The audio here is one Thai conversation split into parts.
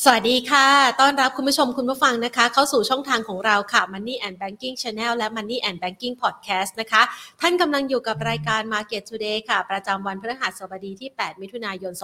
สวัสดีค่ะต้อนรับคุณผู้ชมคุณผู้ฟังนะคะเข้าสู่ช่องทางของเราค่ะ Money and Banking Channel และ Money and Banking Podcast นะคะท่านกำลังอยู่กับรายการ Market Today ค่ะประจำวันพฤหัสบดีที่8มิถุนายน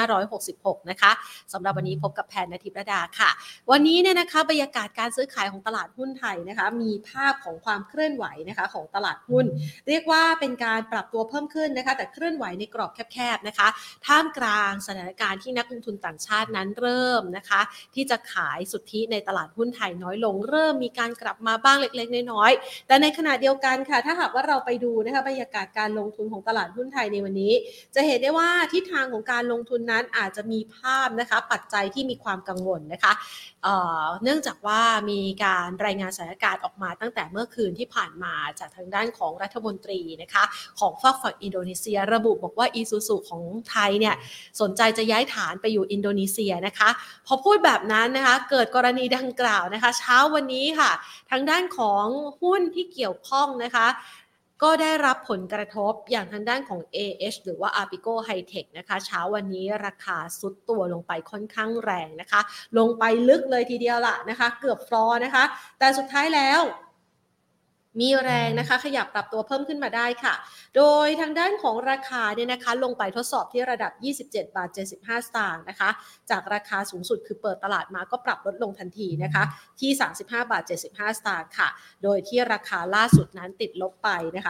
2566นะคะสำหรับวันนี้พบกับแพนณทิพย์ระดาค่ะวันนี้เนี่ยนะคะบรรยากาศการซื้อขายของตลาดหุ้นไทยนะคะมีภาพของความเคลื่อนไหวนะคะของตลาดหุ้นเรียกว่าเป็นการปรับตัวเพิ่มขึ้นนะคะแต่เคลื่อนไหวในกรอบแคบๆนะคะท่ามกลางสถานการณ์ที่นักลงทุนต่างชาตินั้นเริ่มนะคะที่จะขายสุทธิในตลาดหุ้นไทยน้อยลงเริ่มมีการกลับมาบ้างเล็กๆน้อยๆแต่ในขณะเดียวกันค่ะถ้าหากว่าเราไปดูนะคะบรรยากาศการลงทุนของตลาดหุ้นไทยในวันนี้จะเห็นได้ว่าทิศทางของการลงทุนนั้นอาจจะมีภาพนะคะปัจจัยที่มีความกังวลนะคะเนื่องจากว่ามีการรายงานสถานการณ์ออกมาตั้งแต่เมื่อคืนที่ผ่านมาจากทางด้านของรัฐมนตรีนะคะของฝั่งอินโดนีเซียระบุบอกว่าอีซูซูของไทยเนี่ยสนใจจะย้ายฐานไปอยู่อินโดนีเซียนะคะพอพูดแบบนั้นนะคะเกิดกรณีดังกล่าวนะคะเช้าวันนี้ค่ะทางด้านของหุ้นที่เกี่ยวข้องนะคะก็ได้รับผลกระทบอย่างทางด้านของ AH หรือว่า Apico High-Tech นะคะเช้าวันนี้ราคาซุดตัวลงไปค่อนข้างแรงนะคะลงไปลึกเลยทีเดียวล่ะนะคะเกือบฟลอร์นะคะแต่สุดท้ายแล้วมีแรงนะคะขยับปรับตัวเพิ่มขึ้นมาได้ค่ะโดยทางด้านของราคาเนี่ยนะคะลงไปทดสอบที่ระดับ27.75 บาทสตางค์นะคะจากราคาสูงสุดคือเปิดตลาดมาก็ปรับลดลงทันทีนะคะที่35.75 บาทสตางค์ค่ะโดยที่ราคาล่าสุดนั้นติดลบไปนะคะ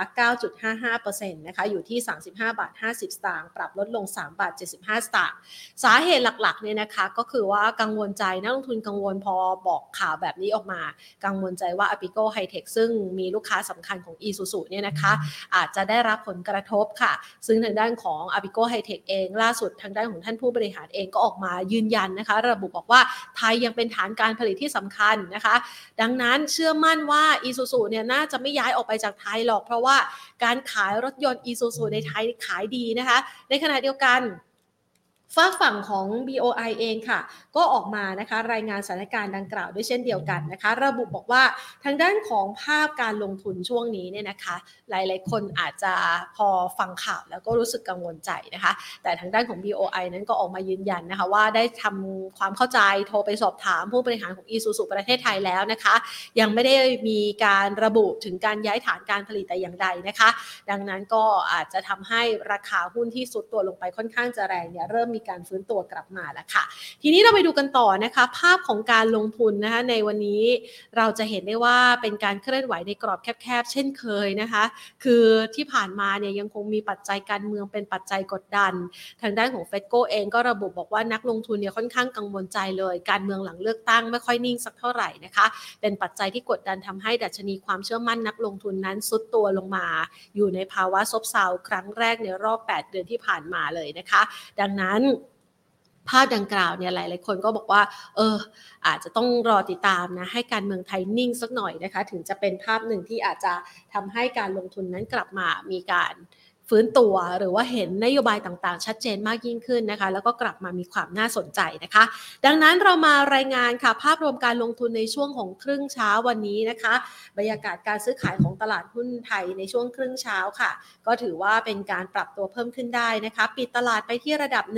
9.55% นะคะอยู่ที่35.50 บาทสตางค์ปรับลดลง3.75 บาทสตางค์สาเหตุหลักๆเนี่ยนะคะก็คือว่ากังวลใจนักลงทุนกังวลพอบอกข่าวแบบนี้ออกมากังวลใจว่า Apico High-Tech ซึ่งมีลูกค้าสำคัญของ Isuzu เนี่ยนะคะอาจจะได้รับผลกระทบค่ะซึ่งทางด้านของ Apico High-Tech เองล่าสุดทางด้านของท่านผู้บริหารเองก็ออกมายืนยันนะคะระบุบอกว่าไทยยังเป็นฐานการผลิตที่สำคัญนะคะดังนั้นเชื่อมั่นว่า Isuzu เนี่ยน่าจะไม่ย้ายออกไปจากไทยหรอกเพราะว่าการขายรถยนต์ Isuzu ในไทยขายดีนะคะในขณะเดียวกันฝากฝั่งของ BOI เองค่ะก็ออกมานะคะรายงานสถานการณ์ดังกล่าวด้วยเช่นเดียวกันนะคะระบุบอกว่าทางด้านของภาพการลงทุนช่วงนี้เนี่ยนะคะหลายๆคนอาจจะพอฟังข่าวแล้วก็รู้สึกกังวลใจนะคะแต่ทางด้านของ BOI นั้นก็ออกมายืนยันนะคะว่าได้ทำความเข้าใจโทรไปสอบถามผู้บริหารของ Isuzu ประเทศไทยแล้วนะคะยังไม่ได้มีการระบุถึงการย้ายฐานการผลิตแต่อย่างใดนะคะดังนั้นก็อาจจะทำให้ราคาหุ้นที่ซุดตัวลงไปค่อนข้างจะแรงเนี่ยเริ่มมีการฟื้นตัวกลับมาแล้วค่ะทีนี้เราไปดูกันต่อนะคะภาพของการลงทุนนะคะในวันนี้เราจะเห็นได้ว่าเป็นการเคลื่อนไหวในกรอบแคบๆเช่นเคยนะคะคือที่ผ่านมาเนี่ยยังคงมีปัจจัยการเมืองเป็นปัจจัยกดดันทางด้านของ Fedco เองก็ระบุบอกว่านักลงทุนเนี่ยค่อนข้างกังวลใจเลยการเมืองหลังเลือกตั้งไม่ค่อยนิ่งสักเท่าไหร่นะคะเป็นปัจจัยที่กดดันทำให้ดัชนีความเชื่อมั่นนักลงทุนนั้นซุดตัวลงมาอยู่ในภาวะซบเซาครั้งแรกในรอบ8เดือนที่ผ่านมาเลยนะคะดังนั้นภาพดังกล่าวเนี่ยหลายๆคนก็บอกว่าอาจจะต้องรอติดตามนะให้การเมืองไทยนิ่งสักหน่อยนะคะถึงจะเป็นภาพหนึ่งที่อาจจะทำให้การลงทุนนั้นกลับมามีการฟื้นตัวหรือว่าเห็นนโยบายต่างๆชัดเจนมากยิ่งขึ้นนะคะแล้วก็กลับมามีความน่าสนใจนะคะดังนั้นเรามารายงานค่ะภาพรวมการลงทุนในช่วงของครึ่งเช้าวันนี้นะคะบรรยากาศการซื้อขายของตลาดหุ้นไทยในช่วงครึ่งเช้าค่ะก็ถือว่าเป็นการปรับตัวเพิ่มขึ้นได้นะคะปิดตลาดไปที่ระดับ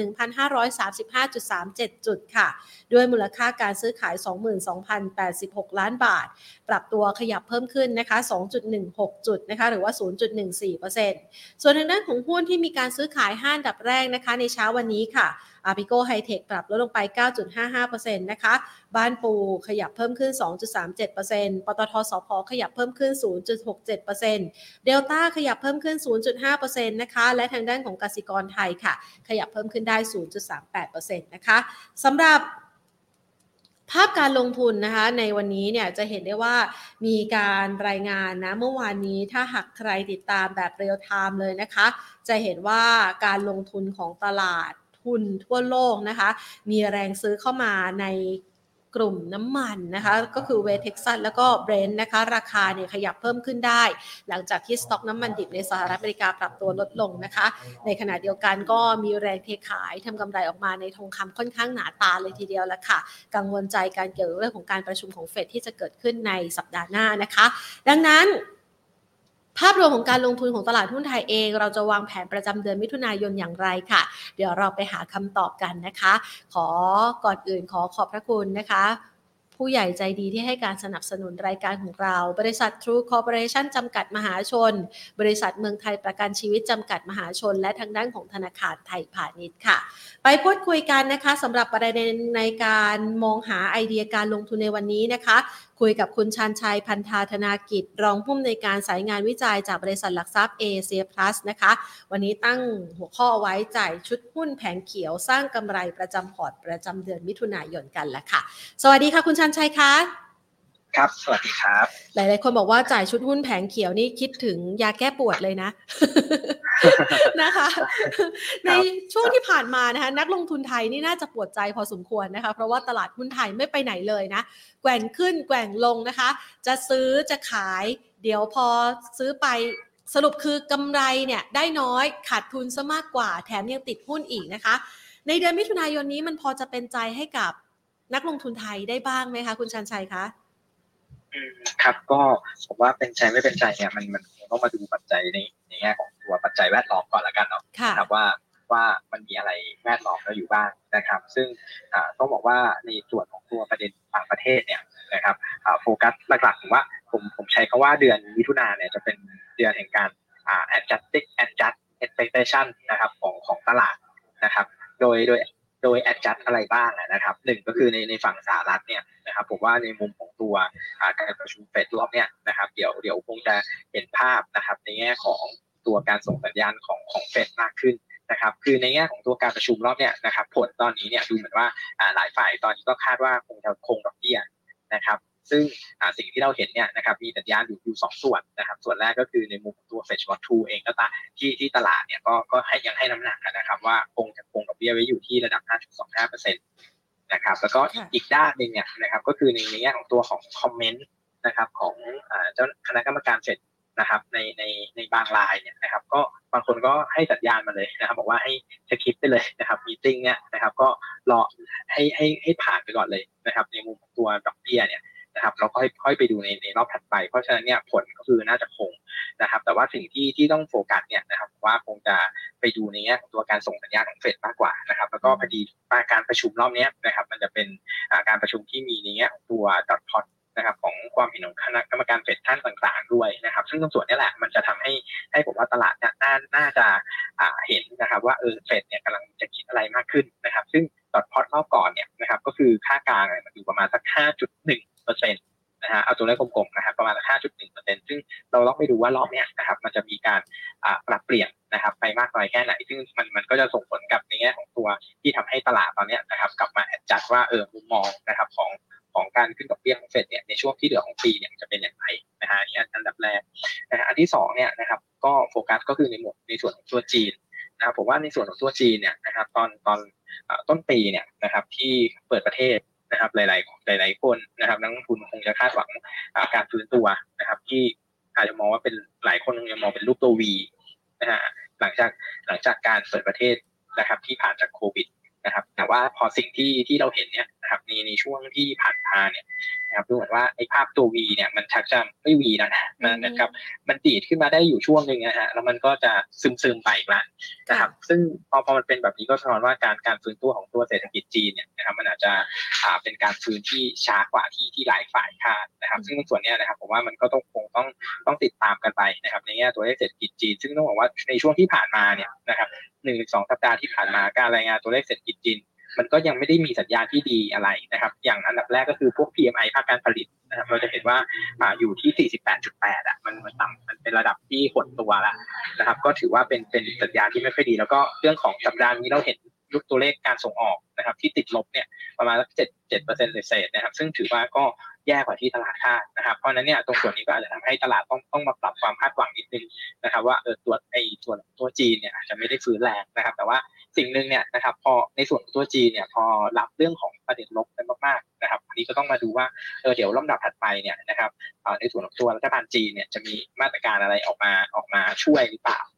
1,535.37 จุดค่ะด้วยมูลค่าการซื้อขาย 22,086 ล้านบาทปรับตัวขยับเพิ่มขึ้นนะคะ 2.16 จุดนะคะหรือว่า 0.14% ส่วนทางด้านของหุ้นที่มีการซื้อขาย5อันดับแรกนะคะในเช้าวันนี้ค่ะ Apico High-Tech ปรับลดลงไป 9.55% นะคะบ้านปูขยับเพิ่มขึ้น 2.37% ปตท.สผ.ขยับเพิ่มขึ้น 0.67% Delta ขยับเพิ่มขึ้น 0.5% นะคะและทางด้านของกสิกรไทยค่ะขยับเพิ่มขึ้นได้ 0.38% นะคะสำหรับภาพการลงทุนนะคะในวันนี้เนี่ยจะเห็นได้ว่ามีการรายงานนะเมื่อวานนี้ถ้าหากใครติดตามแบบเรียลไทม์เลยนะคะจะเห็นว่าการลงทุนของตลาดทุนทั่วโลกนะคะมีแรงซื้อเข้ามาในกลุ่มน้ำมันนะคะก็คือเวสเท็กซัสแล้วก็เบรนท์นะคะราคาเนี่ยขยับเพิ่มขึ้นได้หลังจากที่สต็อกน้ำมันดิบในสหรัฐอเมริกาปรับตัวลดลงนะคะในขณะเดียวกันก็มีแรงเทขายทำกำไรออกมาในทองคำค่อนข้างหนาตาเลยทีเดียวละค่ะกังวลใจการเกี่ยวกับเรื่องของการประชุมของเฟดที่จะเกิดขึ้นในสัปดาห์หน้านะคะดังนั้นภาพรวมของการลงทุนของตลาดหุ้นไทยเองเราจะวางแผนประจำเดือนมิถุนายนอย่างไรค่ะเดี๋ยวเราไปหาคำตอบกันนะคะก่อนอื่นขอบพระคุณนะคะผู้ใหญ่ใจดีที่ให้การสนับสนุนรายการของเราบริษัท True Corporation จำกัดมหาชนบริษัทเมืองไทยประกันชีวิตจำกัดมหาชนและทางด้านของธนาคารไทยพาณิชย์ค่ะไปพูดคุยกันนะคะสำหรับประเด็นในการมองหาไอเดียการลงทุนในวันนี้นะคะคุยกับคุณชาญชัยพันธาธนากิจรองผู้อำนวยการสายงานวิจัยจากบริษัทหลักทรัพย์เอเชียพลัสนะคะวันนี้ตั้งหัวข้อไว้จ่ายชุดหุ้นแผงเขียวสร้างกำไรประจำพอร์ตประจำเดือนมิถุนายนกันละค่ะสวัสดีค่ะคุณชาญชัยคะครับสวัสดีครับหลายๆคนบอกว่าจ่ายชุดหุ้นแผงเขียวนี่คิดถึงยาแก้ปวดเลยนะ นะคะในช่วงที่ผ่านมานะคะนักลงทุนไทยนี่น่าจะปวดใจพอสมควรนะคะเพราะว่าตลาดหุ้นไทยไม่ไปไหนเลยนะแกว่งขึ้นแกว่งลงนะคะจะซื้อจะขายเดี๋ยวพอซื้อไปสรุปคือกำไรเนี่ยได้น้อยขาดทุนซะมากกว่าแถมยังติดหุ้นอีกนะคะในเดือนมิถุนายนนี้มันพอจะเป็นใจให้กับนักลงทุนไทยได้บ้างไหมคะคุณชันชัยคะครับก็ผมว่าเป็นใจไม่เป็นใจเนี่ยมันต้องมาดูปัจจัยในแง่ของตัวปัจจัยแวดล้อมก่อนละกันเนาะครับว่ามันมีอะไรแวดล้อมเราอยู่บ้างนะครับซึ่งต้องบอกว่าในส่วนของตัวประเด็นต่างประเทศเนี่ยนะครับโฟกัสหลักๆผมว่าผมใช้คำว่าเดือนมิถุนายนเนี่ยจะเป็นเดือนแห่งการadjust expectation นะครับของตลาดนะครับโดย adjust อะไรบ้างนะครับหนึ่งก็คือในฝั่งสหรัฐเนี่ยนะครับผมว่าในมุมของตัวการประชุมเฟดรอบเนี่ยนะครับเดี๋ยวคงจะเห็นภาพนะครับในแง่ของตัวการส่งสัญญาณของเฟดมากขึ้นนะครับคือในแง่ของตัวการประชุมรอบเนี่ยนะครับผลตอนนี้เนี่ยดูเหมือนว่าหลายฝ่ายตอนนี้ก็คาดว่าคงจะคงดอกเบี้ยนะครับซึ่งสิ่งที่เราเห็นเนี่ยนะครับมีสัญญาณอยู่2ส่วนนะครับส่วนแรกก็คือในมุมของตัว Fed Watch 2เองก็ที่ตลาดเนี่ยก็ยังให้น้ำหนักนะครับว่าคงดอกเบี้ยไว้อยู่ที่ระดับ 5.25% นะครับแล้วก็อีกด้านนึงเนี่ยนะครับก็คือในแง่ของตัวของคอมเมนต์นะครับของเจ้าคณะกรรมการเฟดนะครับในบางรายเนี่ยนะครับก็บางคนก็ให้สัญญาณมาเลยนะครับบอกว่าให้สคิปไปเลยนะครับมีติ้งเนี่ยนะครับก็รอให้ผ่านไปก่อนเลยนะครับในมุมของตัวดอกเบี้ยเนี่ยนะครับเราก็ค่อยไปดูในรอบถัดไปเพราะฉะนั้นเนี่ยผลก็คือน่าจะคงนะครับแต่ว่าสิ่งที่ต้องโฟกัสเนี่ยนะครับว่าคงจะไปดูในแง่ของตัวการส่งสัญญาณของเฟดมากกว่านะครับแล้วก็พอดีการประชุมรอบนี้นะครับมันจะเป็นการประชุมที่มีในแง่ของตัวดอทพอตนะครับของความเห็นของคณะกรรมการเฟดท่านต่างๆด้วยนะครับซึ่งตรงส่วนนี้แหละมันจะทำให้ผมว่าตลาดน่าจะเห็นนะครับว่าเฟดเนี่ยกำลังจะคิดอะไรมากขึ้นนะครับซึ่งดอทพอตรอบก่อนเนี่ยนะครับก็คือค่ากลางมันอยู่ประมาณสัก 5.1%นะฮะเอาตัวเลขกลมๆนะครับประมาณ 5.1% ซึ่งเราต้องไปดูว่ารอบเนี้ยนะครับมันจะมีการปรับเปลี่ยนนะครับไปมากน้อยแค่ไหนซึ่งมันก็จะส่งผลกับในแง่ของตัวที่ทำให้ตลาดตอนนี้นะครับกลับมาจัดว่ามุมมองนะครับของการขึ้นดอกเบี้ยของเฟดเนี่ยในช่วงที่เหลือของปีเนี่ยจะเป็นอย่างไรนะฮะนี่อันดับแรกนะฮะอันที่2เนี่ยนะครับก็โฟกัสก็คือในส่วนของตัวจีนนะครับผมว่าในส่วนของตัวจีนเนี่ยนะครับตอนต้นปีเนี่ยนะครับที่เปิดประเทศนะครับหลายคนนะครับนักลงทุนคงจะคาดหวังการฟื้นตัวนะครับที่อาจจะมองว่าเป็นหลายคนยังมองเป็นรูปตัว V นะฮะหลังจากการเปิดประเทศนะครับที่ผ่านจากโควิดนะครับแต่ว่าพอสิ่งที่เราเห็นเนี่ยนะครับในช่วงที่ผ่านมาเนี่ยนะครับดูเหมือนว่าไอ้ภาพตัว V เนี่ยมันชักจะไม่ V แล้วนะมันนะครับมันดีดขึ้นมาได้อยู่ช่วงนึงนะฮะแล้วมันก็จะซึมไปอีกแล้วนะครับซึ่งพอมันเป็นแบบนี้ก็สะท้อนว่าการฟื้นตัวของตัวเศรษฐกิจจีนเนี่ยนะครับมันอาจจะเป็นการฟื้นที่ช้ากว่าที่หลายฝ่ายคาดนะครับซึ่งส่วนนี้นะครับผมว่ามันก็ต้องติดตามกันไปนะครับในแง่ตัวเลขเศรษฐกิจจีนซึ่งต้องบอกว่าในช่วงที่ผ่านมาเนี่ยนะครับ1-2 สัปดาห์ที่ผ่านมาการรายงานตัวเลขเศรษฐกิจจีนมันก็ยังไม่ได้มีสัญญาณที่ดีอะไรนะครับอย่างอันดับแรกก็คือพวก PMI ภาคการผลิตนะครับเราจะเห็นว่าอยู่ที่ 48.8 มันต่ำมันเป็นระดับที่หดตัวแล้วนะครับก็ถือว่าเป็นสัญญาณที่ไม่ค่อยดีแล้วก็เรื่องของสัปดาห์นี้เราเห็นตัวเลขการส่งออกนะครับที่ติดลบเนี่ยประมาณ7%เศษๆนะครับซึ่งถือว่าก็แย่กว่าที่ตลาดคาดนะครับเพราะนั้นเนี่ยตรงส่วนนี้ก็อาจจะทำให้ตลาดต้องมาปรับความคาดหวังนิดนึงนะครับว่าส่วนตัวจีนเนี่ยอาจจะไม่ได้ฟื้นแรงนะครับแต่ว่าสิ่งนึงเนี่ยนะครับพอในส่วนของตัวจีนเนี่ยพอรับเรื่องของประเด็นลบไปมากๆนะครับอันนี้ก็ต้องมาดูว่าเดี๋ยวลำดับถัดไปเนี่ยนะครับในส่วนของตัวรัฐบาลจีนเนี่ยจะมีมาตรการอะไรออกมาช่วยหรือเปล่า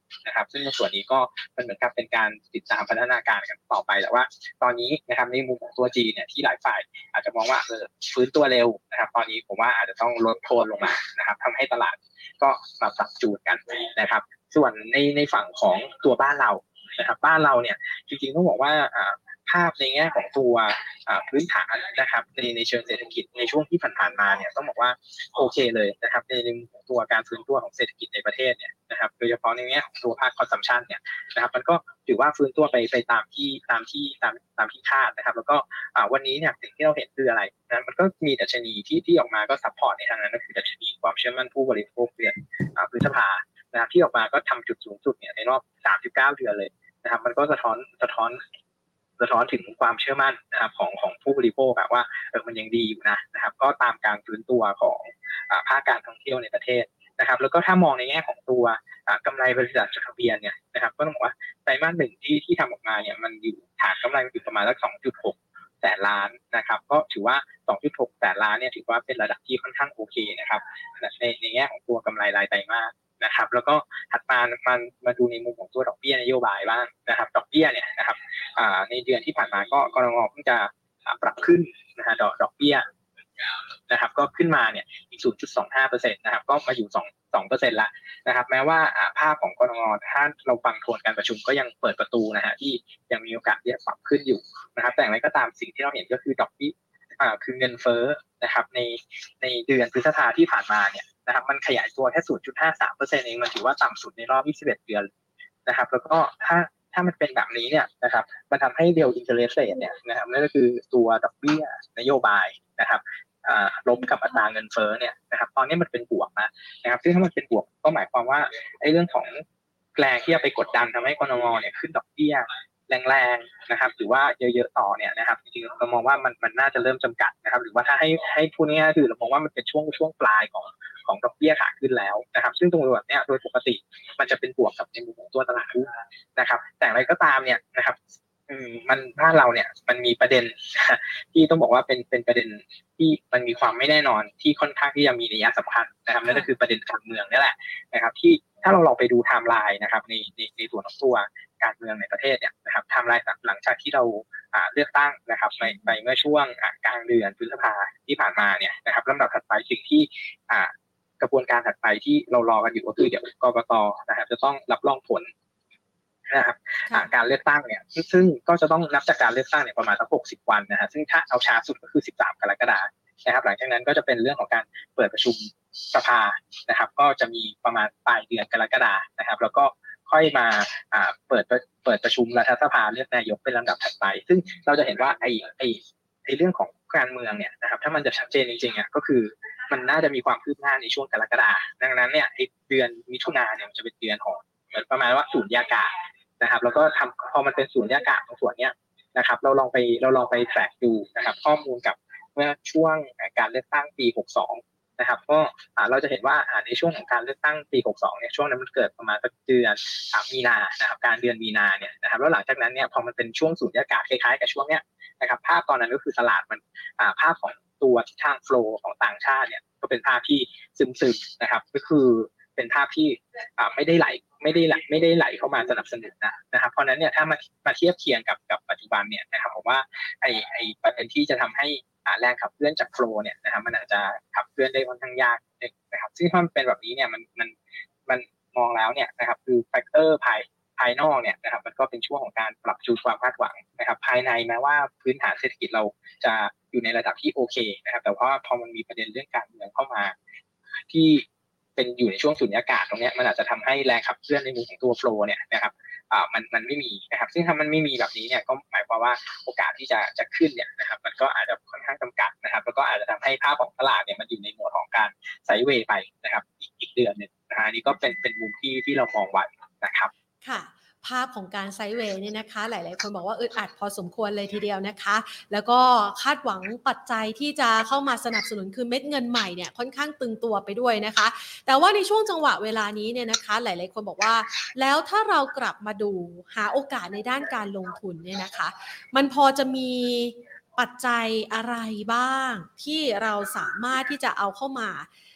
นะครับซึ่งในส่วนนี้ก็มันเหมือนกับเป็นการติดตามพัฒนาการกันต่อไปแต่ว่าตอนนี้นะครับในมุมของตัวจีนเนี่ยที่หลายฝ่ายอาจจะมองว่าฟื้นตัวเร็วนะครับตอนนี้ผมว่าอาจจะต้องลดโทนลงมานะครับทำให้ตลาดก็มาปรับจูนกันนะครับส่วนในฝั่งของตัวบ้านเรานะครับบ้านเราเนี่ยจริงๆต้องบอกว่าภาพในแง่ของตัวพื้นฐานนะครับในเชิงเศรษฐกิจในช่วงที่ผ่านๆมาเนี่ยต้องบอกว่าโอเคเลยนะครับในตัวการฟื้นตัวของเศรษฐกิจในประเทศเนี่ยนะครับโดยเฉพาะในแง่ของตัวภาคคอนซัมชันเนี่ยนะครับมันก็ถือว่าฟื้นตัวไปตามที่คาดนะครับแล้วก็วันนี้เนี่ยสิ่งที่เราเห็นคืออะไรนะมันก็มีดัชนีที่ออกมาก็ซัพพอร์ตในทางนั้นก็คือดัชนีความเชื่อมั่นผู้บริโภคเดือนพฤษภานะครับที่ออกมาก็ทำจุดสูงสุดเนี่ยในรอบ39เดือนเลยนะครับมันก็สะท้อนถึงความเชื่อมั่นนะครับของผู้บริโภคแบบว่ามันยังดีอยู่นะครับก็ตามการฟื้นตัวของภาคการท่องเที่ยวในประเทศนะครับแล้วก็ถ้ามองในแง่ของตัวกำไรบริษัทจดทะเบียนเนี่ยนะครับก็ต้องบอกว่าไตรมาส 1ที่ทำออกมาเนี่ยมันอยู่ฐานกำไรมันอยู่ประมาณสัก 2.6 แสนล้านนะครับก็ถือว่า 2.6 แสนล้านเนี่ยถือว่าเป็นระดับที่ค่อนข้างโอเคนะครับในแง่ของตัวกำไรรายไตรมาสนะครับแล้วก็ถัดมาดูในมุมของตัวดอกเบี้ยนโยบายบ้างนะครับดอกเบี้ยเนี่ยนะครับในเดือนที่ผ่านมาก็กรงง.เพิ่งจะปรับขึ้นนะฮะดอกเบี้ยนะครับก็ขึ้นมาเนี่ยอีก 0.25% นะครับก็มาอยู่2% ละนะครับแม้ว่าภาพของกรงง.ถ้าเราฟังทวนการประชุมก็ยังเปิดประตูนะฮะที่ยังมีโอกาสที่จะปรับขึ้นอยู่นะครับแต่อย่างไรก็ตามสิ่งที่เราเห็นก็คือดอกเบี้ยคือเงินเฟ้อนะครับในเดือนพฤษภาที่ผ่านมาเนี่ยนะครับมันขยายตัวแค่ 0.53% เองมันถือว่าต่ำสุดในรอบ21เดือนนะครับแล้วก็ถ้ามันเป็นแบบนี้เนี่ยนะครับมันทำให้เรียลอินเทอร์เรสเรทเนี่ยนะครับนั่นก็คือตัวดอกเบี้ยนโยบายนะครับล้มกับอัตราเงินเฟ้อเนี่ยนะครับตอนนี้มันเป็นบวกนะครับซึ่งถ้ามันเป็นบวกก็หมายความว่าไอ้เรื่องของแรงที่จะไปกดดันทำให้กนง.เนี่ยขึ้นดอกเบี้ยแรงๆนะครับหรือว่าเยอะๆต่อเนี่ยนะครับจริงๆเรามองว่ามันน่าจะเริ่มจำกัดนะครับหรือว่าถ้าให้พูดง่ายๆคือเรามองว่ามันเป็นช่วงปลายของดอกเบี้ยขาขึ้นแล้วนะครับซึ่งตรงแบบเนี้ยโดยปกติมันจะเป็นบวกกับในมุมของตัวตลาดหุ้นนะครับแต่อะไรก็ตามเนี่ยนะครับมันบ้านเราเนี่ยมันมีประเด็นที่ต้องบอกว่าเป็นประเด็นที่มันมีความไม่แน่นอนที่ค่อนข้างที่จะมีนัยสำคัญนะครับนั่นก็คือประเด็นการเมืองนี่แหละนะครับที่ถ้าเราลองไปดูไทม์ไลน์นะครับในส่วนของตัวการเมืองในประเทศเนี่ยนะครับไทม์ไลน์หลังจากที่เราเลือกตั้งนะครับไปเมื่อช่วงกลางเดือนพฤษภาที่ผ่านมาเนี่ยนะครับลำดับถัดไปสิ่งที่กระบวนการถัดไปที่เรารอกันอยู่ก็คือเดี๋ยวกกต.นะครับจะต้องรับรองผลนะครับการเลือกตั้งเนี่ยซึ่งก็จะต้องนับจากการเลือกตั้งเนี่ยประมาณสัก60 วันนะฮะซึ่งถ้าเอาช้าสุดก็คือ13 กรกฎาคมนะครับหลังจากนั้นก็จะเป็นเรื่องของการเปิดประชุมสภานะครับก็จะมีประมาณปลายเดือนกรกฎาคมนะครับแล้วก็ค่อยมาเปิดประชุมรัฐสภาเลือกนายกเป็นลำดับถัดไปซึ่งเราจะเห็นว่าไอ้เรื่องของการเมืองเนี่ยนะครับถ้ามันจะชัดเจนจริงๆก็คือมันน่าจะมีความคืบหน้าในช่วงกรกฎาคมดังนั้นเนี่ยไอ้เดือนมิถุนายนเนี่ยมันจะเป็นเดือนของเหมือนประมาณว่าสูญญากาศนะครับแล้วก็พอมันเป็นสูญญากาศตรงส่วนเนี้ยนะครับเราลองไปแทร็กดูนะครับข้อมูลกับเมื่อช่วงการเลือกตั้งปี62นะครับก็เราจะเห็นว่าในช่วงของการเลือกตั้งปี62เนี่ยช่วงนั้นมันเกิดประมาณสักเดือนมีนานะครับการเดือนมีนาเนี่ยนะครับแล้วหลังจากนั้นเนี่ยพอมันเป็นช่วงสูญญากาศคล้ายๆกับช่วงเนี้ยนะครับภาพตอนนั้นก็คือตลาดมันภาพของตัวทิศทางโฟลว์ของต่างชาติเนี่ยก็เป็นภาพที่ซึมๆนะครับก็คือเป็นภาพที่ไม่ได้ไหลเข้ามาสนับสนุนนะครับเพราะนั้นเนี่ยถ้ามาเทียบเคียงกับปัจจุบันเนี่ยนะครับผมว่าไอประเด็นที่จะทำให้แรงขับเคลื่อนจากโฟลว์เนี่ยนะครับมันอาจจะขับเคลื่อนได้ค่อนข้างยากนะครับซึ่งถ้ามันเป็นแบบนี้เนี่ยมันมองแล้วเนี่ยนะครับคือแฟกเตอร์ภายนอกเนี่ยนะครับมันก็เป็นช่วงของการปรับจูนความคาดหวังนะครับภายในแม้ว่าพื้นฐานเศรษฐกิจเราจะอยู่ในระดับที่โอเคนะครับแต่ว่าพอมันมีประเด็นเรื่องการเมืองเข้ามาที่เป็นอยู่ในช่วงสุญญากาศตรงนี้มันอาจจะทำให้แรงขับเคลื่อนในมุมของตัวโฟลว์เนี่ยนะครับมันไม่มีนะครับซึ่งถ้ามันไม่มีแบบนี้เนี่ยก็หมายความว่าโอกาสที่จะขึ้นเนี่ยนะครับมันก็อาจจะค่อนข้างจำกัดนะครับแล้วก็อาจจะทำให้ภาพของตลาดเนี่ยมันอยู่ในโหมดของการไซด์เวย์ไปนะครับอีกเดือนนึงนะฮะนี่ก็เป็นมุมที่เรามองไว้นะครับค่ะภาพของการไซด์เวย์เนี่ยนะคะหลายๆคนบอกว่าอึดอัดพอสมควรเลยทีเดียวนะคะแล้วก็คาดหวังปัจจัยที่จะเข้ามาสนับสนุนคือเม็ดเงินใหม่เนี่ยค่อนข้างตึงตัวไปด้วยนะคะแต่ว่าในช่วงจังหวะเวลานี้เนี่ยนะคะหลายๆคนบอกว่าแล้วถ้าเรากลับมาดูหาโอกาสในด้านการลงทุนเนี่ยนะคะมันพอจะมีปัจจัยอะไรบ้างที่เราสามารถที่จะเอาเข้ามา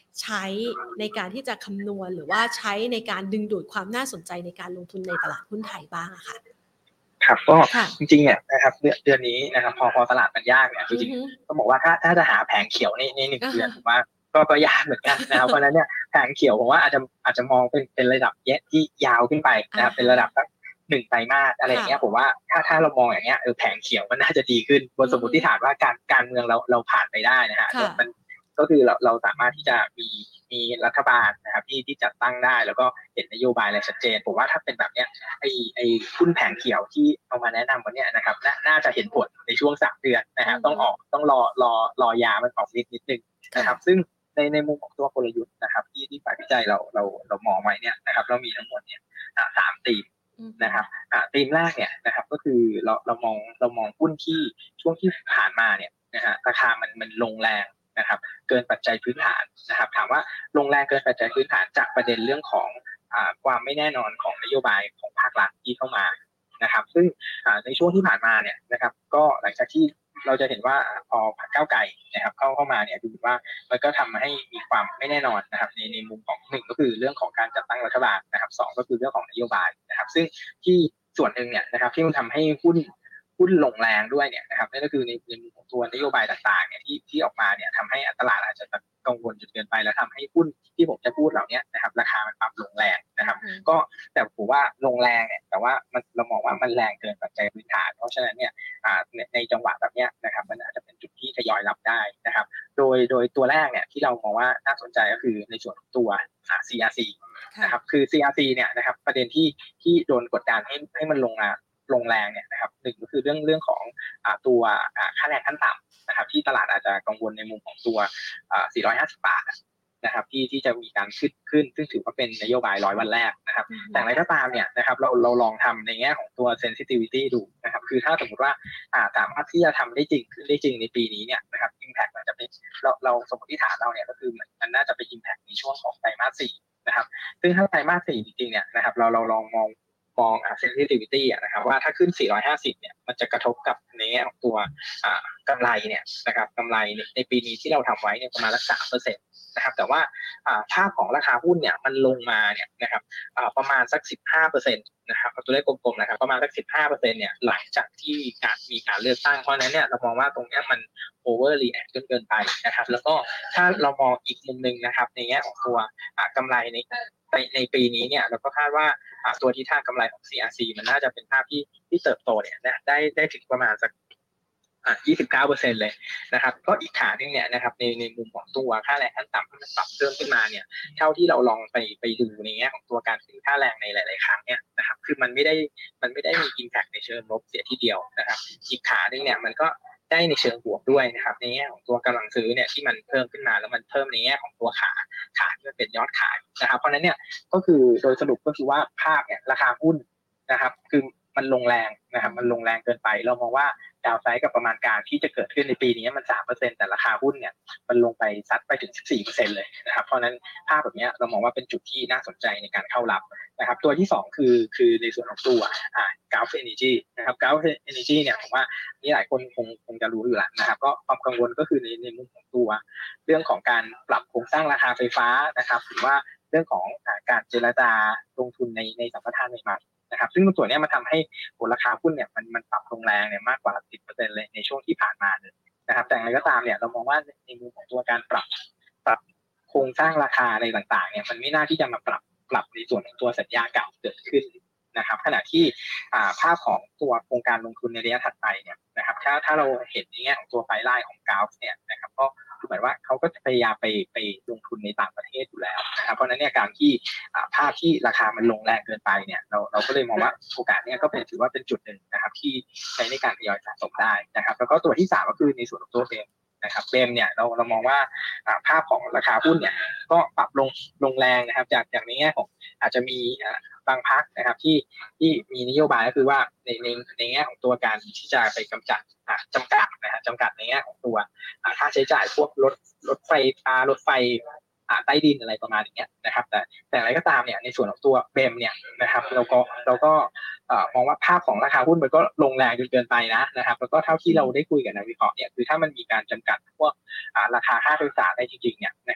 ใช้ในการที่จะคำนวณหรือว่าใช้ในการดึงดูดความน่าสนใจในการลงทุนในตลาดหุ้นไทยบ้างอะค่ะครับก็จริงๆเนี่ยนะครับเดือนนี้นะครับพอตลาดมันยากเนี่ยจริงๆต้องบอกว่าถ้าจะหาแผงเขียวใน1เดือนผมว่าก็ยากเหมือนกันนะครับเพราะนั้นเนี่ยแผงเขียวผมว่าอาจจะมองเป็นระดับที่ยาวขึ้นไปนะครับเป็นระดับสัก1ไตรมาสอะไรอย่างเงี้ยผมว่าถ้าเรามองอย่างเงี้ยแผงเขียวมันน่าจะดีขึ้นบนสมมติฐานว่าการเมืองเราผ่านไปได้นะฮะมันก็คือเราสามารถที่จะมีรัฐบาลนะครับที่จัดตั้งได้แล้วก็เห็นนโยบายอะไรชัดเจนผมว่าถ้าเป็นแบบเนี้ยไอ้หุ้นแผงเขียวที่เอามาแนะนำวันนี้นะครับน่าจะเห็นผลในช่วง3 เดือนนะฮะต้องรอยามันออกนิดนึงนะครับซึ่งในมุมของตัวกลยุทธ์นะครับที่ฝ่ายวิจัยเรามองไว้เนี่ยนะครับเรามีทั้งหมดเนี่ย3 ธีมนะครับธีมแรกเนี่ยนะครับก็คือเรามองหุ้นที่ช่วงที่ผ่านมาเนี่ยนะฮะราคามันลงแรงนะครับเกินปัจจัยพื้นฐานนะครับถามว่าลงแรงเกินปัจจัยพื้นฐานจากประเด็นเรื่องของความไม่แน่นอนของนโยบายของภาครัฐที่เข้ามานะครับซึ่งในช่วงที่ผ่านมาเนี่ยนะครับก็หลังจากที่เราจะเห็นว่าพอพรรคก้าวไกลนะครับเข้ามาเนี่ยดูว่ามันก็ทำให้มีความไม่แน่นอนนะครับในมุมของ1ก็คือเรื่องของการจัดตั้งรัฐบาลนะครับ2ก็คือเรื่องของนโยบายนะครับซึ่งที่ส่วนหนึ่งเนี่ยนะครับที่มันทำให้หุ้นลงแรงด้วยเนี่ยนะครับนั่นก็คือในมุมของตัวนโยบายต่างๆเนี่ยที่ออกมาเนี่ยทำให้ตลาดอาจจะกังวลจนเกินไปแล้วทำให้หุ้นที่ผมจะพูดเหล่านี้นะครับราคามันปรับลงแรงนะครับก็แต่ผมว่าลงแรงเนี่ยแต่ว่าเรามองว่ามันแรงเกินปัจจัยพื้นฐานเพราะฉะนั้นเนี่ยในจังหวะแบบนี้นะครับมันอาจจะเป็นจุดที่ทยอยรับได้นะครับโดยตัวแรกเนี่ยที่เรามองว่าน่าสนใจก็คือในส่วนของตัวCRC นะครับคือ CRC เนี่ยนะครับประเด็นที่โดนกดดันให้มันลงแรงเนี่ยนะครับหนึ่งก็คือเรื่องของตัวค่าแรงขั้นต่ำนะครับที่ตลาดอาจจะกังวลในมุมของตัว450 บาทนะครับที่จะมีการขึ้นซึ่งถือว่าเป็นนโยบาย100 วันแรกนะครับแต่อะไรก็ตามเนี่ยนะครับเราลองทำในแง่ของตัว sensitivity ดูนะครับคือถ้าสมมติว่าสามารถที่จะทำได้จริงในปีนี้เนี่ยนะครับ impact มันจะเป็นเราสมมติฐานเราเนี่ยก็คือมันน่าจะเป็น impact ในช่วงของไตรมาส 4นะครับซึ่งถ้าไตรมาส 4จริงๆเนี่ยนะครับเราลองมองsensitivity นะครับว่าถ้าขึ้น450เนี่ยมันจะกระทบกับในแง่ของตัวกำไรเนี่ยนะครับกำไรในปีนี้ที่เราทำไว้เนี่ยประมาณ3%นะครับแต่ว่าภาพของราคาหุ้นเนี่ยมันลงมาเนี่ยนะครับประมาณสัก 15% นะครับตัวเลขกลมๆนะครับประมาณสัก 15% เนี่ยหลังจากที่มีการเลือกตั้งเพราะนั้นเนี่ยเรามองว่าตรงนี้มัน over react จนเกินไปนะครับแล้วก็ถ้าเรามองอีกมุมนึงนะครับในแง่ของตัวกำไรในปีนี้เนี่ยเราก็คาดว่าตัวทิศทางกำไรของ CRC มันน่าจะเป็นภาพที่เติบโตเนี่ยได้ถึงประมาณสัก29% เลยนะครับก็อีกขานึงเนี่ยนะครับในมุมของตัวค่าแรงขั้นต่ำที่มันปรับเพิ่มขึ้นมาเนี่ยเท่าที่เราลองไปดูในแง่ของตัวการขึ้นค่าแรงในหลายๆครั้งเนี่ยนะครับคือมันไม่ได้มี impact ในเชิงลบเสียทีเดียวนะครับอีกขานึงเนี่ยมันก็ได้ในเชิงบวกด้วยนะครับในแง่ของตัวกำลังซื้อเนี่ยที่มันเพิ่มขึ้นมาแล้วมันเพิ่มในแง่ของตัวขาที่มันเป็นยอดขายนะครับเพราะนั้นเนี่ยก็คือโดยสรุปก็คือว่าภาพเนี่ยราคาหุ้นนะครับคือมันลงแรงนะครับมันลงแรงเกินไปเรามองว่าดาวไซด์กับประมาณการที่จะเกิดขึ้นในปีนี้มัน 3% แต่ราคาหุ้นเนี่ยมันลงไปซัดไปถึง 14% เลยนะครับเพราะนั้นภาพแบบนี้เรามองว่าเป็นจุดที่น่าสนใจในการเข้ารับนะครับตัวที่2คือในส่วนของตัวGulf Energy นะครับ Gulf Energy เนี่ยผมว่านี่หลายคนคงจะรู้อยู่แล้วนะครับก็ความกังวลก็คือในมุมของตัวเรื่องของการปรับโครงสร้างราคาไฟฟ้านะครับหรือว่าเรื่องของการเจรจาลงทุนในสัมปทานใหม่ๆนะครับซึ่งตัวนี้มันทำให้ราคาหุ้นเนี่ยมันปรับลงแรงเนี่ยมากกว่า 10% เลยในช่วงที่ผ่านมาเลยนะครับแต่อะไรก็ตามเนี่ยเรามองว่าในมุมของตัวการปรับโครงสร้างราคาอะไรต่างๆเนี่ยมันไม่น่าที่จะมาปรับในส่วนของตัวสัญญาเก่าเกิดขึ้นนะครับขณะที่ภาพของตัวโครงการลงทุนในระยะถัดไปเนี่ยนะครับถ้าเราเห็นในแง่ของตัวไฟไลน์ของกราฟเนี่ยนะครับก็คือหมายว่าเขาก็จะพยายามไปลงทุนในต่างประเทศอยู่แล้วนะครับเพราะนั้นเนี่ยการที่ภาพที่ราคามันลงแรงเกินไปเนี่ยเราก็เลยมองว่าโอกาสเนี่ยก็ถือว่าเป็นจุดหนึ่งนะครับที่ใช้ในการทยอยสะสมได้นะครับแล้วก็ตัวที่3ก็คือในส่วนของตัวเบมนะครับเบมเนี่ยเรามองว่าภาพของราคาหุ้นเนี่ยก็ปรับลงแรงนะครับจากในแง่ของอาจจะมีบางพรรคนะครับที่มีนโยบายก็คือว่าในแง่ของตัวการที่จะไปจำกัดนะฮะจำกัดในแง่ของตัวค่าใช้จ่ายพวกรถไฟฟ้ารถไฟใต้ดินอะไรประมาณอย่างเงี้ยนะครับแต่อะไรก็ตามเนี่ยในส่วนของตัวเบมเนี่ยนะครับเราก็มองว่าภาพของราคาหุ้นมันก็ลงแรงจนเกินไปนะครับแล้วก็เท่าที่เราได้คุยกับนักวิเคราะห์เนี่ยคือถ้ามันมีการจำกัดพวกราคาค่าโดยสารได้จริงๆเนี่ยนะครับ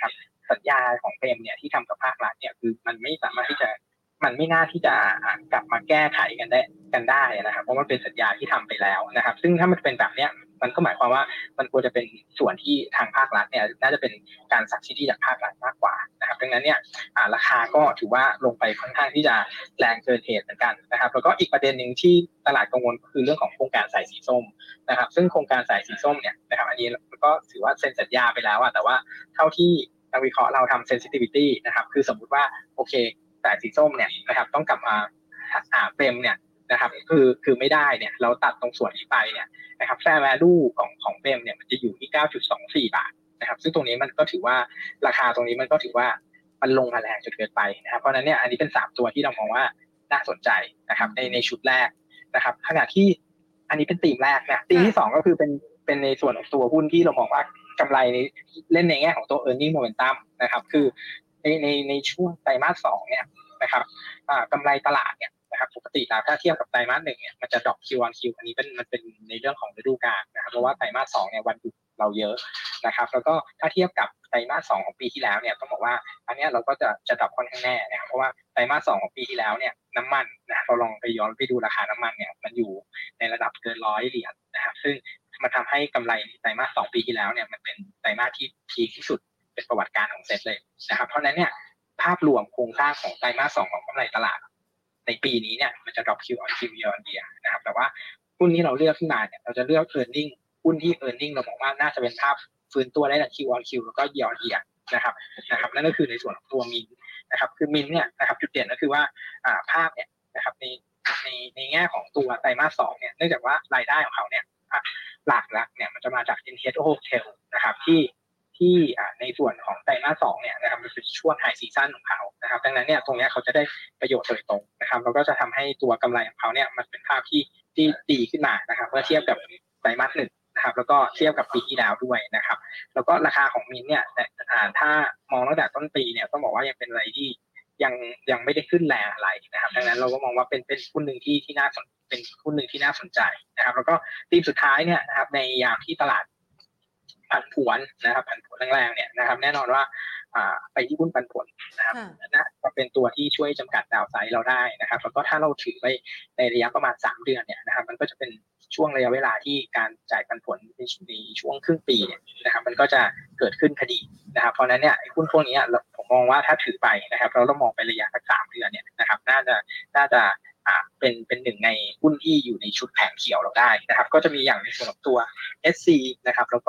สัญญาของเฟรมเนี่ยที่ทำกับภาครัฐเนี่ยคือมันไม่สามารถที่จะมันไม่น่าที่จะกลับมาแก้ไขกันได้นะครับเพราะมันเป็นสัญญาที่ทำไปแล้วนะครับซึ่งถ้ามันเป็นแบบเนี้ยมันก็หมายความว่ามันควรจะเป็นส่วนที่ทางภาครัฐเนี่ยน่าจะเป็นการซับซิดี้จากภาครัฐมากกว่านะครับดังนั้นเนี่ยราคาก็ถือว่าลงไปค่อนข้างที่จะแรงเกินเหตุเหมือนกันนะครับแล้วก็อีกประเด็นหนึ่งที่ตลาดกังวลก็คือเรื่องของโครงการสายสีส้มนะครับซึ่งโครงการสายสีส้มเนี่ยนะครับอันนี้ก็ถือว่าเซ็นสัญญาไปแล้วแต่ว่าเท่าที่นักวิเคราะห์เราทำ sensitivity นะครับคือสมมุติว่าโอเคสายสีส้มเนี่ยนะครับต้องกลับมาเฟรมเนี่ยนะครับคือไม่ได้เนี่ยเราตัดตรงส่วนนี้ไปเนี่ยนะครับ fair value ของเฟรมเนี่ยมันจะอยู่ที่ 9.24 บาทนะครับซึ่งตรงนี้มันก็ถือว่าราคาตรงนี้มันก็ถือว่ามันลงมาแรงจนเกินไปนะครับเพราะฉะนั้นเนี่ยอันนี้เป็น3ตัวที่เรามองว่าน่าสนใจนะครับในชุดแรกนะครับขณะที่อันนี้เป็นธีมแรกนะธีมที่2ก็คือเป็นในส่วนของตัวหุ้นที่เรามองว่ากำไรเล่นในแง่ของตัว earning momentum นะครับคือในช่วงไตรมาส2เนี่ยนะครับกำไรตลาดเนี่ยนะครับปกติแล้วถ้าเทียบกับไตรมาส1เนี่ยมันจะดรอป Q1Q อันนี้มันเป็นในเรื่องของฤดูกาลนะครับเพราะว่าไตรมาส2เนี่ยวันหยุดเราเยอะนะครับแล้วก็ถ้าเทียบกับไตรมาส2ของปีที่แล้วเนี่ยต้องบอกว่าอันนี้เราก็จะดรอปค่อนข้างแน่นะครับเพราะว่าไตรมาส2ของปีที่แล้วเนี่ยน้ำมันนะเราลองไปย้อนไปดูราคาน้ำมันเนี่ยมันอยู่ในระดับเกิน$100นะครับซึ่งมันทำให้กำไรไตรมาส2ปีที่แล้วเนี่ยมันเป็นไตรมาสที่พีคที่สุดเป็นประวัติการของเซ็ตเลยนะครับเพราะฉะนั้นเนี่ยภาพรวมโครงสร้างของไตรมาส2ของกำไรตลาดในปีนี้เนี่ยมันจะ drop Q on Q year on year นะครับแต่ว่าหุ้นที่เราเลือกขึ้นมาเนี่ยเราจะเลือก earning หุ้นที่ earning เราบอกว่าน่าจะเป็นภาพฟื้นตัวได้จาก Q on Q แล้วก็ year on year นะครับนั่นก็คือในส่วนของตัวมินนะครับคือมินเนี่ยนะครับจุดเด่นก็คือว่าภาพเนี่ยนะครับในแง่ของตัวไตรมาส2เนี่ยเนื่องจากว่ารายได้ของเขาเนี่ยหลักเนี่ยมันจะมาจาก NH Hotel นะครับที่ในส่วนของไตรมาส2เนี่ยนะครับมันเป็นช่วงไฮซีซั่นของเขานะครับดังนั้นเนี่ยตรงนี้เขาจะได้ประโยชน์โดยตรงนะครับแล้วก็จะทำให้ตัวกำไรของเขาเนี่ยมันเป็นภาพที่ดีขึ้นมานะครับเมื่อเทียบกับไตรมาส1นะครับแล้วก็เทียบกับปีที่แล้วด้วยนะครับแล้วก็ราคาของมินเนี่ยถ้ามองตั้งแต่ต้นปีเนี่ยต้องบอกว่ายังเป็นอะไรที่ยังไม่ได้ขึ้นแรงอะไรนะครับดังนั้นเราก็มองว่าเป็นหุ้นหนึ่งที่น่าสนเป็นหุ้นหนึ่งที่น่าสนใจนะครับแล้วก็ธีมสุดท้ายเนี่ยนะครับในยามที่ตลาดผันผวนนะครับผันผวนแรงๆเนี่ยนะครับแน่นอนว่าไปที่หุ้นปันผลนะครับนะก็เป็นตัวที่ช่วยจำกัดดาวไซด์เราได้นะครับแล้วก็ถ้าเราถือไปในระยะประมาณ3เดือนเนี่ยนะครับมันก็จะเป็นช่วงระยะเวลาที่การจ่ายปันผลในช่วงครึ่งปีเนี่ยนะครับมันก็จะเกิดขึ้นพอดีนะครับเพราะนั้นเนี่ยหุ้นพวกนี้ผมมองว่าถ้าถือไปนะครับเรามองไประยะสัก3เดือนเนี่ยนะครับน่าจะเป็นหนึ่งในหุ้นที่อยู่ในชุดแผงเขียวเราได้นะครับก็จะมีอย่างในส่วนของตัว SC นะครับแล้วก็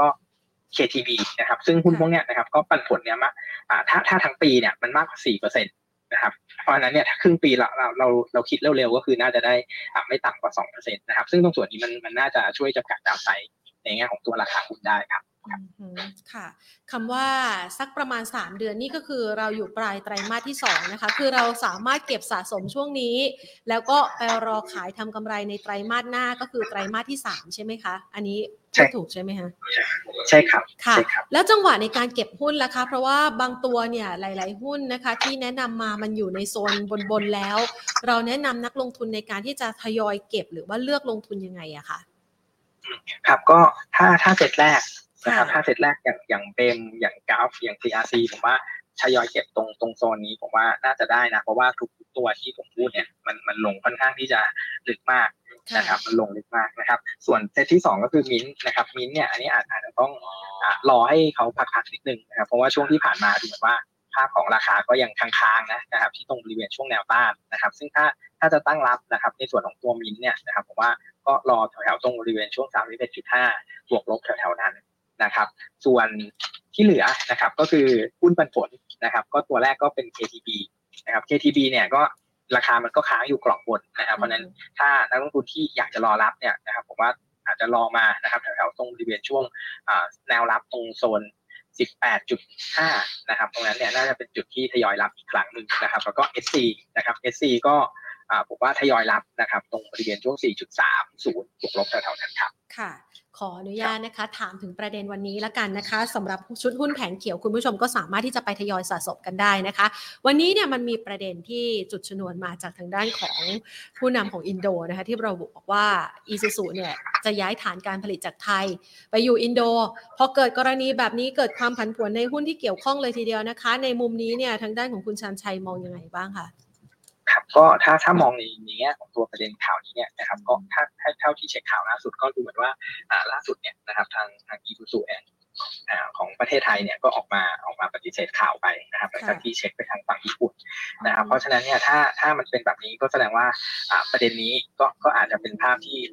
KTB นะครับซึ่งหุ้นพวกนี้นะครับก็ปันผลเนี่ยถ้าทั้งปีเนี่ยมันมากกว่า 4% นะครับเพราะฉะนั้นเนี่ยถ้าครึ่งปีเราคิดเร็วๆก็คือน่าจะได้ไม่ต่ำกว่า 2% นะครับซึ่งตรงส่วนนี้มันน่าจะช่วยจำกัดดาวไซด์ในแง่ของตัวราคาหุ้นได้ครับค่ะคำว่าสักประมาณ3เดือนนี่ก็คือเราอยู่ปลายไตรมาสที่2นะคะคือเราสามารถเก็บสะสมช่วงนี้แล้วก็ไปรอขายทำกำไรในไตรมาสหน้าก็คือไตรมาสที่3ใช่ไหมคะอันนี้พูดถูกใช่ไหมคะใช่ครับค่ะแล้วจังหวะในการเก็บหุ้นล่ะคะเพราะว่าบางตัวเนี่ยหลายๆหุ้นนะคะที่แนะนำมามันอยู่ในโซนบนๆแล้วเราแนะนำนักลงทุนในการที่จะทยอยเก็บหรือว่าเลือกลงทุนยังไงอะคะครับก็ถ้าเซตแรกนะครับถ้าเซตแรกอย่างเบมอย่างกราฟอย่าง CRC ผมว่าทยอยเก็บตรงโซนนี้ผมว่าน่าจะได้นะเพราะว่าทุกตัวที่ผมพูดเนี่ยมันลงค่อนข้างที่จะลึกมากนะครับมันลงลึกมากนะครับส่วนเซตที่2ก็คือมิ้นนะครับมิ้นเนี่ยอันนี้อาจจะต้องรอให้เขาพักนิดนึงนะครับเพราะว่าช่วงที่ผ่านมาดูเหมือนว่าภาพของราคาก็ยังค้างๆนะครับที่ตรงบริเวณช่วงแนวต้านนะครับซึ่งถ้าจะตั้งรับนะครับในส่วนของตัวมิ้นเนี่ยนะครับผมว่าก็รอแถวๆตรงบริเวณช่วง 31.5 บวกลบแถวๆนั้นนะครับส่วนที่เหลือนะครับก็คือหุ้นปันผลนะครับก็ตัวแรกก็เป็น KTB นะครับ KTB เนี่ยก็ราคามันก็ค้างอยู่กรอบบนนะครับเพราะนั้นถ้านักลงทุนที่อยากจะรอรับเนี่ยนะครับผมว่าอาจจะรอมานะครับแถวๆตรงบริเวณช่วงแนวรับตรงโซน 18.5 นะครับตรงนั้นเนี่ยน่าจะเป็นจุดที่ทยอยรับอีกครั้งนึงนะครับแล้วก็ SC นะครับ SC ก็ผมว่าทยอยรับนะครับตรงบริเวณช่วง 4.30 บวกลบแถวๆนั้นครับค่ะขออนุญาตนะคะถามถึงประเด็นวันนี้ละกันนะคะสำหรับชุดหุ้นแผงเขียวคุณผู้ชมก็สามารถที่จะไปทยอยสะสมกันได้นะคะวันนี้เนี่ยมันมีประเด็นที่จุดชนวนมาจากทางด้านของผู้นำของอินโดนะคะที่ระบุบอกว่า Isuzu เนี่ยจะย้ายฐานการผลิตจากไทยไปอยู่อินโดพอเกิดกรณีแบบนี้เกิดความผันผวนในหุ้นที่เกี่ยวข้องเลยทีเดียวนะคะในมุมนี้เนี่ยทางด้านของคุณชาญชัยมองยังไงบ้างคะครับก็ถ้ามองในแง่ของตัวประเด็นข่าวนี้เนี่ยนะครับก็ถ้าเท่าที่เช็คข่าวล่าสุดก็ดูเหมือนว่าล่าสุดเนี่ยนะครับทางIsuzuของประเทศไทยเนี่ยก็ออกมาปฏิเสธข่าวไปนะครับหลังจากที่เช็คไปทางฝั่งญี่ปุ่นนะครับเพราะฉะนั้นเนี่ยถ้ามันเป็นแบบนี้ก็แสดงว่าประเด็นนี้ก็อาจจะเป็นภาพที่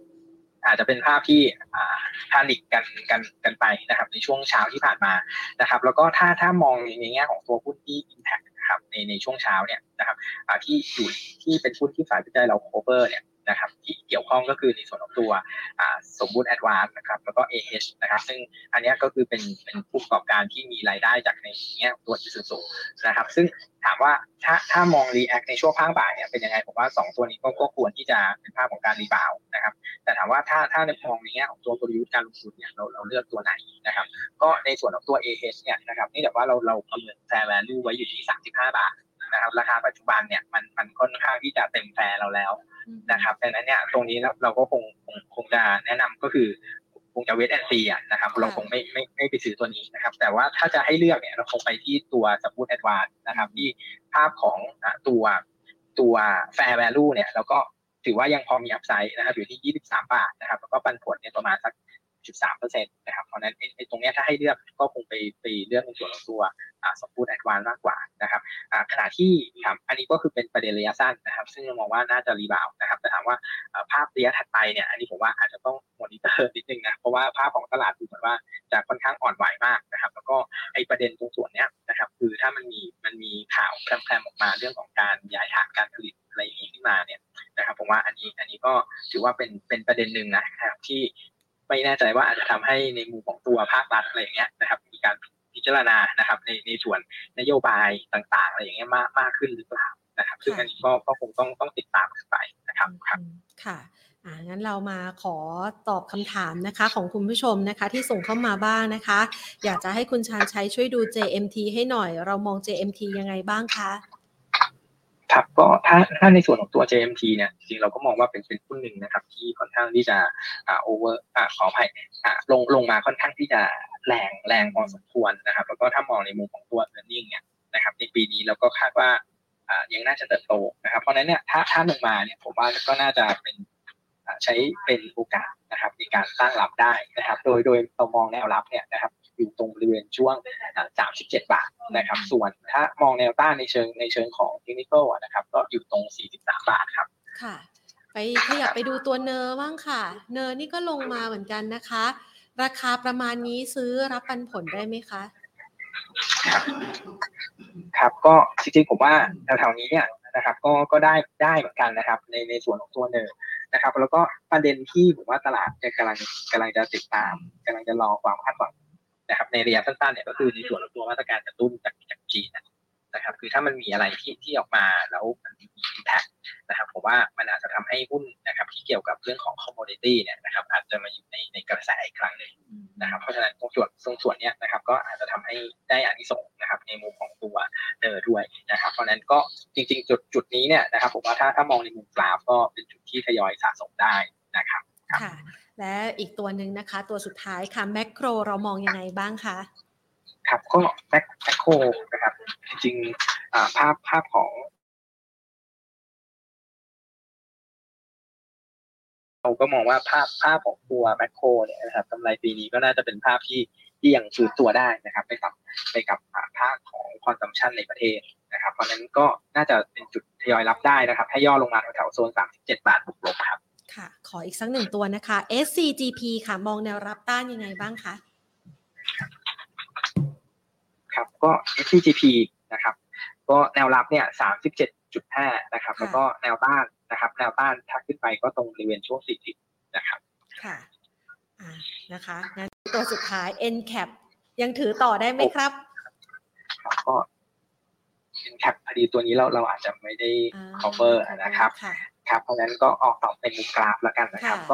พานิคกันไปนะครับในช่วงเช้าที่ผ่านมานะครับแล้วก็ถ้ามองในแง่ของตัวหุ้นที่ impact นะครับในช่วงเช้าเนี่ยนะครับที่เป็นหุ้นที่ฝ่ายวิจัยเรา cover เนี่ยนะครับที่เกี่ยวข้องก็คือในส่วนของตัวสมบูรณ์ Advance นะครับแล้วก็ AH นะครับซึ่งอันนี้ก็คือเป็นผู้ประกอบการที่มีรายได้จากในแง่ตัว Isuzu นะครับซึ่งถามว่าถ้ามอง react ในช่วงภาคบ่ายเนี่ยเป็นยังไงผมว่า2ตัวนี้ก็ควรที่จะเป็นภาพของการรีบาวนะครับแต่ถามว่าถ้าในมองในแง่ของตัวกลยุทธ์การลงทุนเนี่ยเราเลือกตัวไหนนะครับก็ในส่วนของตัว AH เนี่ยนะครับนี่แต่ว่าเราประเมิน fair value ไว้อยู่ที่35 บาทนะครับราคาปัจจุบันเนี่ยมันค่อนข้างที่จะเต็มแฟร์เราแล้วนะครับดังนั้นเนี่ยตรงนี้เราก็คงจะแนะนำก็คือคงจะเวทแอนด์ซีนะครับเราคงไม่ไปซื้อตัวนี้นะครับแต่ว่าถ้าจะให้เลือกเนี่ยเราคงไปที่ตัวสมูทแอดวานซ์นะครับที่ภาพของตัว fair value เนี่ยแล้วก็ถือว่ายังพอมีอัพไซด์นะครับอยู่ที่23 บาทนะครับแล้วก็ปันผลเนี่ยประมาณสัก 13% นะครับเพราะนั้นตรงนี้ถ้าให้เลือกก็คงไปเลือกในส่วนของตัวสมบูรณ์แอดวานซ์มากกว่านะครับขณะที่ครับอันนี้ก็คือเป็นประเด็นระยะสั้นนะครับซึ่งมองว่าน่าจะรีบาวนะครับแต่ถามว่าภาพระยะถัดไปเนี่ยอันนี้ผมว่าอาจจะต้องมอนิเตอร์นิดนึงนะเพราะว่าภาพของตลาดดูเหมือนว่าจะค่อนข้างอ่อนไหวมากนะครับแล้วก็ไอ้ประเด็นตรงส่วนเนี้ยนะครับคือถ้ามันมีข่าวแพร่ๆออกมาเรื่องของการย้ายฐานการผลิตอะไรอย่างนี้ขึ้นมาเนี่ยนะครับผมว่าอันนี้ก็ถือว่าเป็นประเด็นหนึ่งนะครับที่ไม่แน่ใจว่าอาจจะทำให้ในมุมของตัวภาครัฐอะไรอย่างเงี้ยนะครับมีการพิจารณานะครับในส่วนนโยบายต่างๆอะไรอย่างเงี้ยมากขึ้นหรือเปล่านะครับซึ่งอันนี้ก็คงต้องติดตามกันไปนะครับค่ะงั้นเรามาขอตอบคำถามนะคะของคุณผู้ชมนะคะที่ส่งเข้ามาบ้างนะคะอยากจะให้คุณชาญชัยช่วยดู JMT ให้หน่อยเรามอง JMT ยังไงบ้างคะครับก็ถ้าในส่วนของตัว JMT เนี่ยจริงๆเราก็มองว่าเป็นหุ้นหนึ่งนะครับที่ค่อนข้างที่จะขออภัยลงมาค่อนข้างที่จะแรงพอสมควรนะครับแล้วก็ถ้ามองในมุมของตัว earning เนี่ยนะครับในปีนี้เราก็คาดว่ายังน่าจะเติบโตนะครับเพราะฉะนั้นเนี่ยถ้าลงมาเนี่ยผมว่าก็น่าจะเป็นใช้เป็นโอกาสนะครับในการตั้งรับได้นะครับโดยเรามองแนวรับเนี่ยนะครับอยู่ตรงบริเวณช่วง37 บาทนะครับส่วนถ้ามองแนวต้านในเชิงของเทคนิคอลนะครับก็อยู่ตรง43 บาทครับค่ะไปขยับไปดูตัวเนอร์บ้างค่ะเนอร์นี่ก็ลงมาเหมือนกันนะคะราคาประมาณนี้ซื้อรับปันผลได้ไหมคะครับก็จริงๆผมว่าแถวๆนี้เนี่ยนะครับก็ได้เหมือนกันนะครับในส่วนของตัวเนอร์นะครับแล้วก็ประเด็นที่ผมว่าตลาดกำลังจะติดตามกำลังจะรอความคาดหวังนะครับในระยะสั้นๆเนี่ยก็คือในส่วนของตัวมาตรการกระตุ้นจากจีนนะครับคือถ้ามันมีอะไรที่ออกมาแล้วมันมี impact นะครับผมว่ามันอาจจะทำให้หุ้นนะครับที่เกี่ยวกับเรื่องของ commodity เนี่ยนะครับอาจจะมาอยู่ในกระแสอีกครั้งหนึ่งนะครับเพราะฉะนั้นตรงส่วนเนี้ยนะครับก็อาจจะทำให้ได้อานิสงส์นะครับในมุมของตัวเนอด้วยนะครับเพราะนั้นก็จริงๆจุดนี้เนี่ยนะครับผมว่าถ้ามองในมุมกราฟก็เป็นจุดที่ทยอยสะสมได้นะครับค่ะและอีกตัวหนึ่งนะคะตัวสุดท้ายค่ะแมคโครเรามองยังไงบ้างคะครับก็แมคโครนะครับจริงๆภาพของเราก็มองว่าภาพของตัวแมคโครเนี่ยนะครับกำไรปีนี้ก็น่าจะเป็นภาพที่ยังฟื้นตัวได้นะครับไปกับภาคของคอนซัมชันในประเทศนะครับเพราะนั้นก็น่าจะเป็นจุดทยอยรับได้นะครับถ้าย่อลงมาแถวโซน37 บาทบวกลบครับค่ะขออีกสักหนึ่งตัวนะคะ SCGP ค่ะมองแนวรับต้านยังไงบ้างคะครับก็ SCGP นะครับก็แนวรับเนี่ย37.5นะครับแล้วก็แนวต้านนะครับแนวต้านถ้าขึ้นไปก็ตรงบริเวณช่วง40นะครับค่ะนะคะงั้นตัวสุดท้าย NCAP ยังถือต่อได้ไหมครับก็ NCAP พอดีตัวนี้เราอาจจะไม่ได้ cover นะครับครับเพราะฉะนั้นก็ออกต่อเป็นมุมกราฟแล้วกันนะครับก็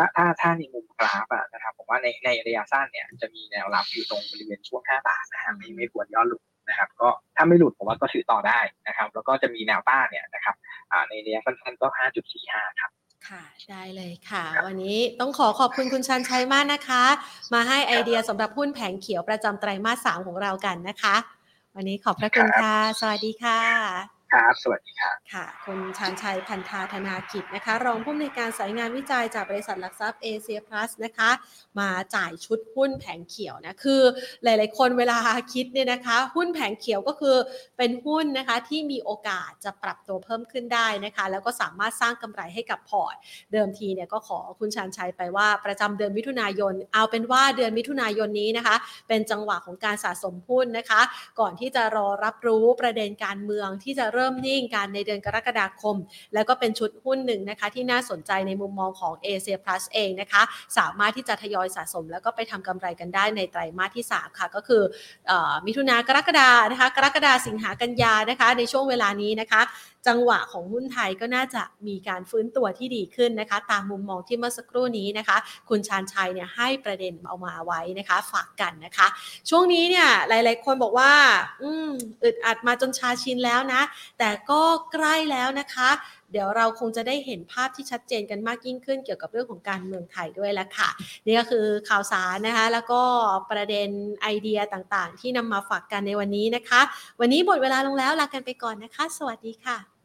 ถ้าในมุมกราฟอะนะครับผมว่าในระยะสั้นเนี่ยจะมีแนวรับอยู่ตรงบริเวณช่วง5 บาทนะฮะไม่ควรย่อหลุดนะครับก็ถ้าไม่หลุดผมว่าก็ถือต่อได้นะครับแล้วก็จะมีแนวต้านเนี่ยนะครับในระยะสั้นๆก็ 5.45 ครับค่ะได้เลยค่ะวันนี้ต้องขอบคุณคุณชันชัยมากนะคะมาให้ไอเดียสำหรับหุ้นแผงเขียวประจำไตรมาส 3ของเรากันนะคะวันนี้ขอบพระคุณค่ะสวัสดีค่ะครับสวัสดีครับค่ะคุณชาญชัยพันธาธนากิจนะคะรองผู้อำนวยการสายงานวิจัยจากบริษัทหลักทรัพย์เอเชียพลัสนะคะมาจ่ายชุดหุ้นแผงเขียวนะคือหลายๆคนเวลาคิดเนี่ยนะคะหุ้นแผงเขียวก็คือเป็นหุ้นนะคะที่มีโอกาสจะปรับตัวเพิ่มขึ้นได้นะคะแล้วก็สามารถสร้างกำไรให้กับพอร์ตเดิมทีเนี่ยก็ขอคุณชาญชัยไปว่าประจำเดือนมิถุนายนเอาเป็นว่าเดือนมิถุนายนนี้นะคะเป็นจังหวะของการสะสมหุ้นนะคะก่อนที่จะรอรับรู้ประเด็นการเมืองที่จะเริ่มนิ่งการในเดือนกรกฎาคมแล้วก็เป็นชุดหุ้นหนึ่งนะคะที่น่าสนใจในมุมมองของ Asia Plus เองนะคะสามารถที่จะทยอยสะสมแล้วก็ไปทำกำไรกันได้ในไตรมาสที่3ค่ะก็คือมิถุนากรกฎานะคะกรกฎาสิงหากันยานะคะในช่วงเวลานี้นะคะจังหวะของหุ้นไทยก็น่าจะมีการฟื้นตัวที่ดีขึ้นนะคะตามมุมมองที่เมื่อสักครู่นี้นะคะคุณชาญชัยเนี่ยให้ประเด็นเอามาไว้นะคะฝากกันนะคะช่วงนี้เนี่ยหลายๆคนบอกว่าอึดอัดมาจนชาชินแล้วนะแต่ก็ใกล้แล้วนะคะเดี๋ยวเราคงจะได้เห็นภาพที่ชัดเจนกันมากยิ่งขึ้นเกี่ยวกับเรื่องของการเมืองไทยด้วยแล้วค่ะนี่ก็คือข่าวสารนะคะแล้วก็ประเด็นไอเดียต่างๆที่นำมาฝากกันในวันนี้นะคะวันนี้หมดเวลาลงแล้วลากันไปก่อนนะคะสวัสดีค่ะ